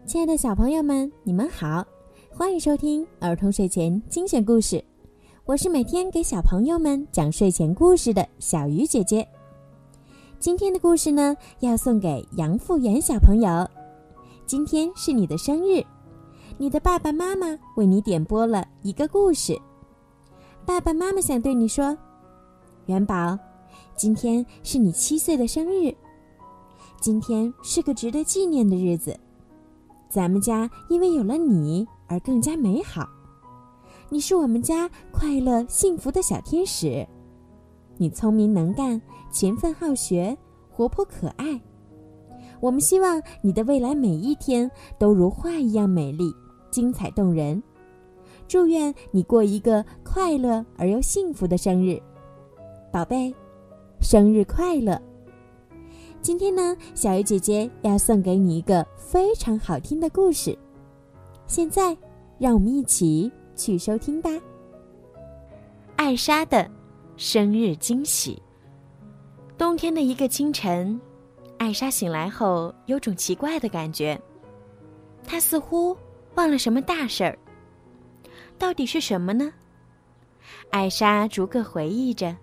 亲爱的小朋友们，你们好，欢迎收听儿童睡前精选故事。我是每天给小朋友们讲睡前故事的小鱼姐姐。今天的故事呢，要送给杨复原小朋友。今天是你的生日，你的爸爸妈妈为你点播了一个故事。爸爸妈妈想对你说，元宝，今天是你7岁的生日，今天是个值得纪念的日子。咱们家因为有了你而更加美好，你是我们家快乐幸福的小天使。你聪明能干，勤奋好学，活泼可爱。我们希望你的未来每一天都如画一样美丽，精彩动人。祝愿你过一个快乐而又幸福的生日，宝贝，生日快乐！今天呢，小鱼姐姐要送给你一个非常好听的故事。现在，让我们一起去收听吧。艾莎的生日惊喜。冬天的一个清晨，艾莎醒来后有种奇怪的感觉，她似乎忘了什么大事儿。到底是什么呢？艾莎逐个回忆着。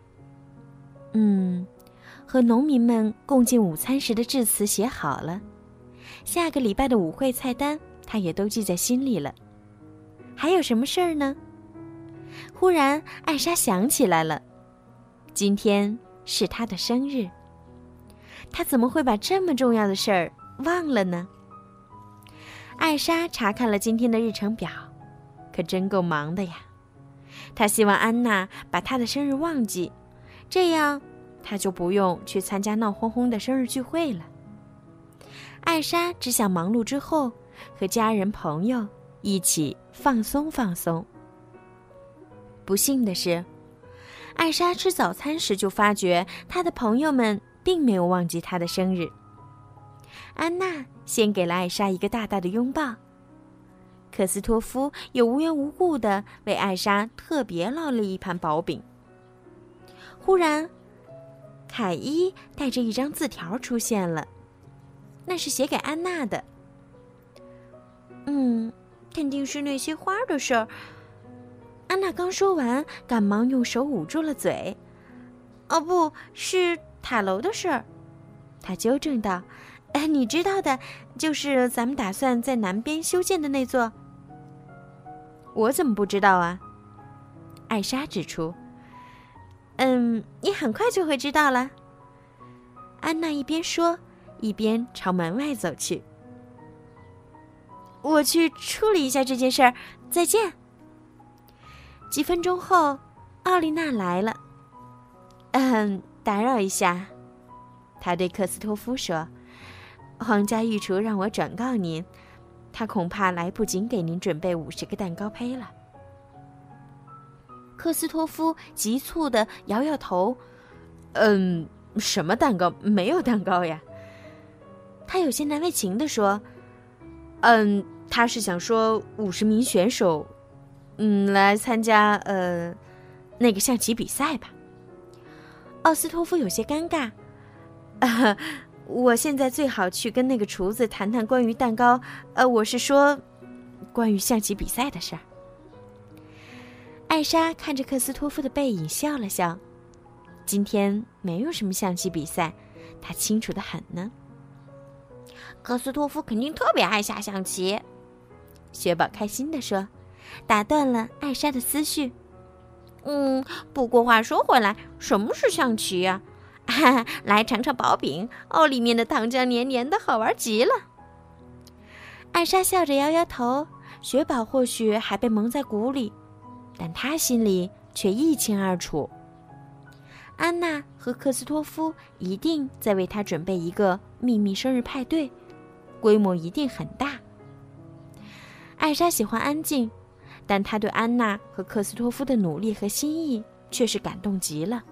和农民们共进午餐时的致辞写好了，下个礼拜的舞会菜单她也都记在心里了。还有什么事儿呢？忽然艾莎想起来了，今天是她的生日。她怎么会把这么重要的事儿忘了呢？艾莎查看了今天的日程表，可真够忙的呀。她希望安娜把她的生日忘记，这样她就不用去参加闹哄哄的生日聚会了。艾莎只想忙碌之后和家人朋友一起放松放松。不幸的是，艾莎吃早餐时就发觉她的朋友们并没有忘记她的生日。安娜先给了艾莎一个大大的拥抱，克斯托夫也无缘无故地为艾莎特别烙了一盘薄饼。忽然，凯伊带着一张字条出现了，那是写给安娜的。肯定是那些花的事儿。安娜刚说完，赶忙用手捂住了嘴。不是塔楼的事儿，她纠正道。你知道的，就是咱们打算在南边修建的那座。我怎么不知道啊？艾莎指出。你很快就会知道了。安娜一边说，一边朝门外走去。我去处理一下这件事儿，再见。几分钟后，奥丽娜来了。打扰一下，她对克斯托夫说，皇家御厨让我转告您，他恐怕来不及给您准备50个蛋糕胚了。克斯托夫急促地摇摇头。什么蛋糕？没有蛋糕呀。他有些难为情地说，他是想说50名选手，来参加那个象棋比赛吧。奥斯托夫有些尴尬。我现在最好去跟那个厨子谈谈关于蛋糕，我是说，关于象棋比赛的事儿。艾莎看着克斯托夫的背影笑了笑。今天没有什么象棋比赛，她清楚得很呢。克斯托夫肯定特别爱下象棋，雪宝开心地说，打断了艾莎的思绪。不过话说回来，什么是象棋呀？来尝尝薄饼，里面的糖浆黏黏的，好玩极了。艾莎笑着摇摇头，雪宝或许还被蒙在鼓里，但她心里却一清二楚。安娜和克斯托夫一定在为她准备一个秘密生日派对，规模一定很大。艾莎喜欢安静，但她对安娜和克斯托夫的努力和心意却是感动极了。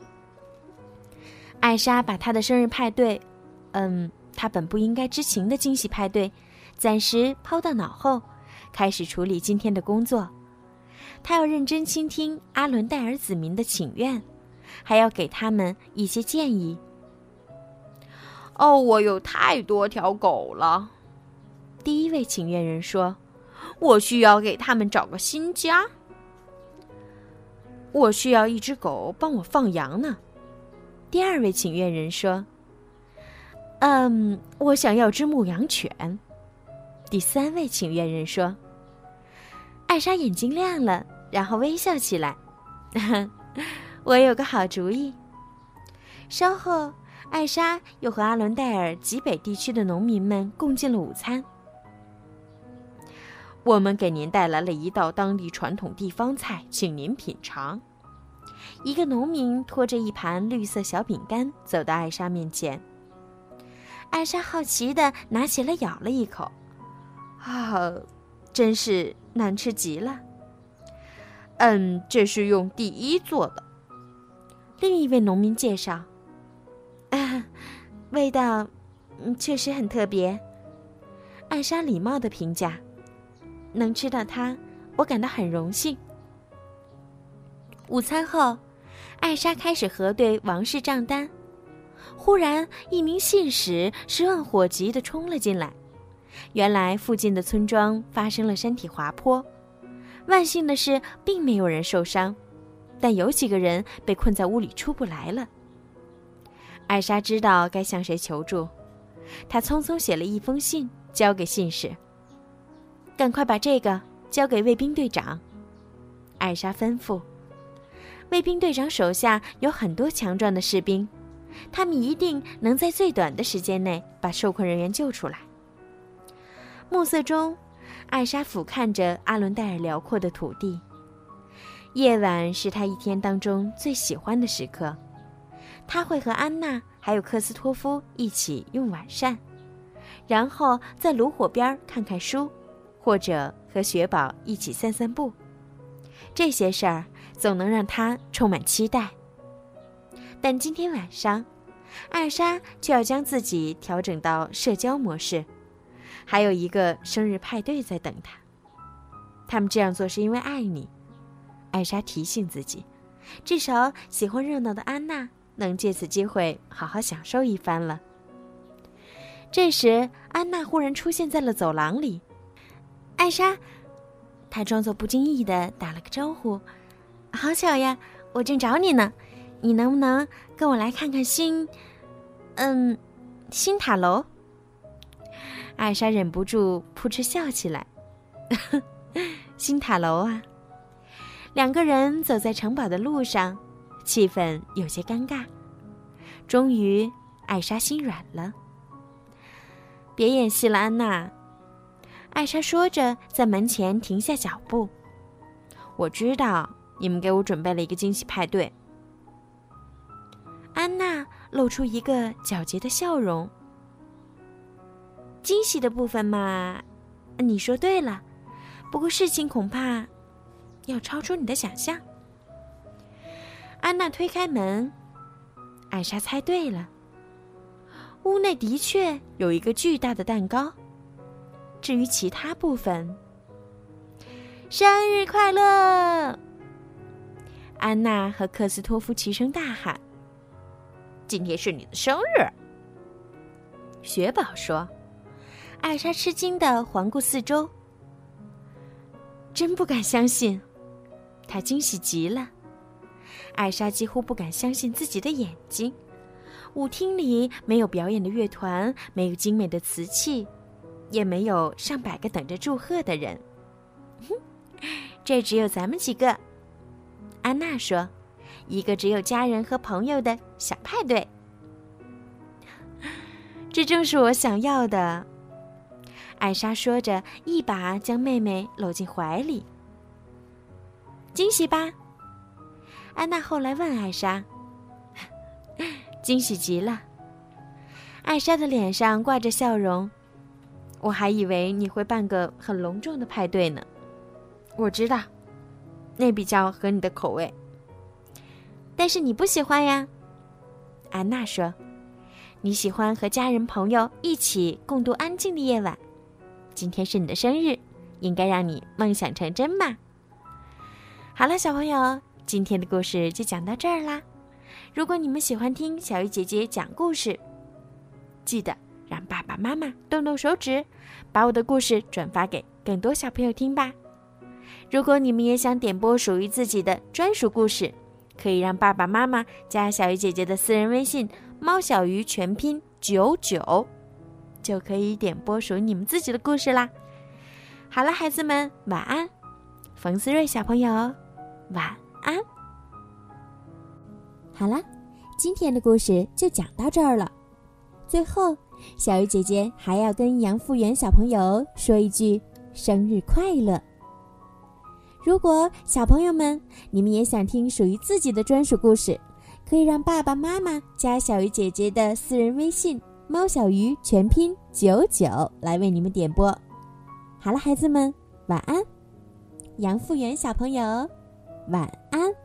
艾莎把她的生日派对，她本不应该知情的惊喜派对，暂时抛到脑后，开始处理今天的工作。她要认真倾听阿伦戴尔子民的请愿，还要给他们一些建议。我有太多条狗了， 第一位请愿人说：“我需要给他们找个新家。”“我需要一只狗帮我放羊呢。”第二位请愿人说：“我想要只牧羊犬。”第三位请愿人说。艾莎眼睛亮了，然后微笑起来。我有个好主意。稍后，艾莎又和阿伦戴尔极北地区的农民们共进了午餐。我们给您带来了一道当地传统地方菜，请您品尝。一个农民拖着一盘绿色小饼干走到艾莎面前。艾莎好奇地拿起来咬了一口。真是难吃极了。这是用第一做的。另一位农民介绍。味道确实很特别。艾莎礼貌地评价。能吃到它，我感到很荣幸。午餐后，艾莎开始核对王室账单。忽然，一名信使十万火急地冲了进来。原来附近的村庄发生了山体滑坡，万幸的是并没有人受伤，但有几个人被困在屋里出不来了。艾莎知道该向谁求助，她匆匆写了一封信交给信使。赶快把这个交给卫兵队长，艾莎吩咐。卫兵队长手下有很多强壮的士兵，他们一定能在最短的时间内把受困人员救出来。暮色中，艾莎俯瞰着阿伦戴尔辽阔的土地。夜晚是她一天当中最喜欢的时刻，她会和安娜还有克斯托夫一起用晚膳，然后在炉火边看看书，或者和雪宝一起散散步。这些事儿总能让她充满期待。但今天晚上，艾莎却要将自己调整到社交模式，还有一个生日派对在等她。他们这样做是因为爱你，艾莎提醒自己，至少喜欢热闹的安娜能借此机会好好享受一番了。这时，安娜忽然出现在了走廊里。艾莎，她装作不经意地打了个招呼。好巧呀，我正找你呢，你能不能跟我来看看新塔楼？艾莎忍不住扑哧笑起来。新塔楼啊！两个人走在城堡的路上，气氛有些尴尬。终于，艾莎心软了。别演戏了，安娜。艾莎说着，在门前停下脚步。我知道你们给我准备了一个惊喜派对。安娜露出一个皎洁的笑容。惊喜的部分嘛，你说对了，不过事情恐怕要超出你的想象。安娜推开门，艾莎猜对了，屋内的确有一个巨大的蛋糕。至于其他部分，生日快乐！安娜和克斯托夫齐声大喊：“今天是你的生日！”雪宝说。艾莎吃惊地环顾四周，真不敢相信，她惊喜极了。艾莎几乎不敢相信自己的眼睛。舞厅里没有表演的乐团，没有精美的瓷器，也没有上百个等着祝贺的人。这只有咱们几个，安娜说，一个只有家人和朋友的小派对。这正是我想要的，艾莎说着，一把将妹妹搂进怀里。惊喜吧？安娜后来问艾莎。惊喜极了。艾莎的脸上挂着笑容。我还以为你会办个很隆重的派对呢。我知道，那比较合你的口味。但是你不喜欢呀，安娜说。你喜欢和家人朋友一起共度安静的夜晚。今天是你的生日，应该让你梦想成真嘛。好了，小朋友，今天的故事就讲到这儿啦。如果你们喜欢听小鱼姐姐讲故事，记得让爸爸爸妈妈动动手指，把我的故事转发给更多小朋友听吧。如果你们也想点播属于自己的专属故事，可以让爸爸妈妈加小鱼姐姐的私人微信猫小鱼全拼99，就可以点播属于你们自己的故事啦。好了，孩子们，晚安。冯思睿小朋友，晚安。 好了，今天的故事就讲到这儿了。最后，小鱼姐姐还要跟杨复原小朋友说一句生日快乐。如果小朋友们你们也想听属于自己的专属故事，可以让爸爸妈妈加小鱼姐姐的私人微信猫小鱼全拼99来为你们点播。好了，孩子们，晚安。杨复原小朋友，晚安。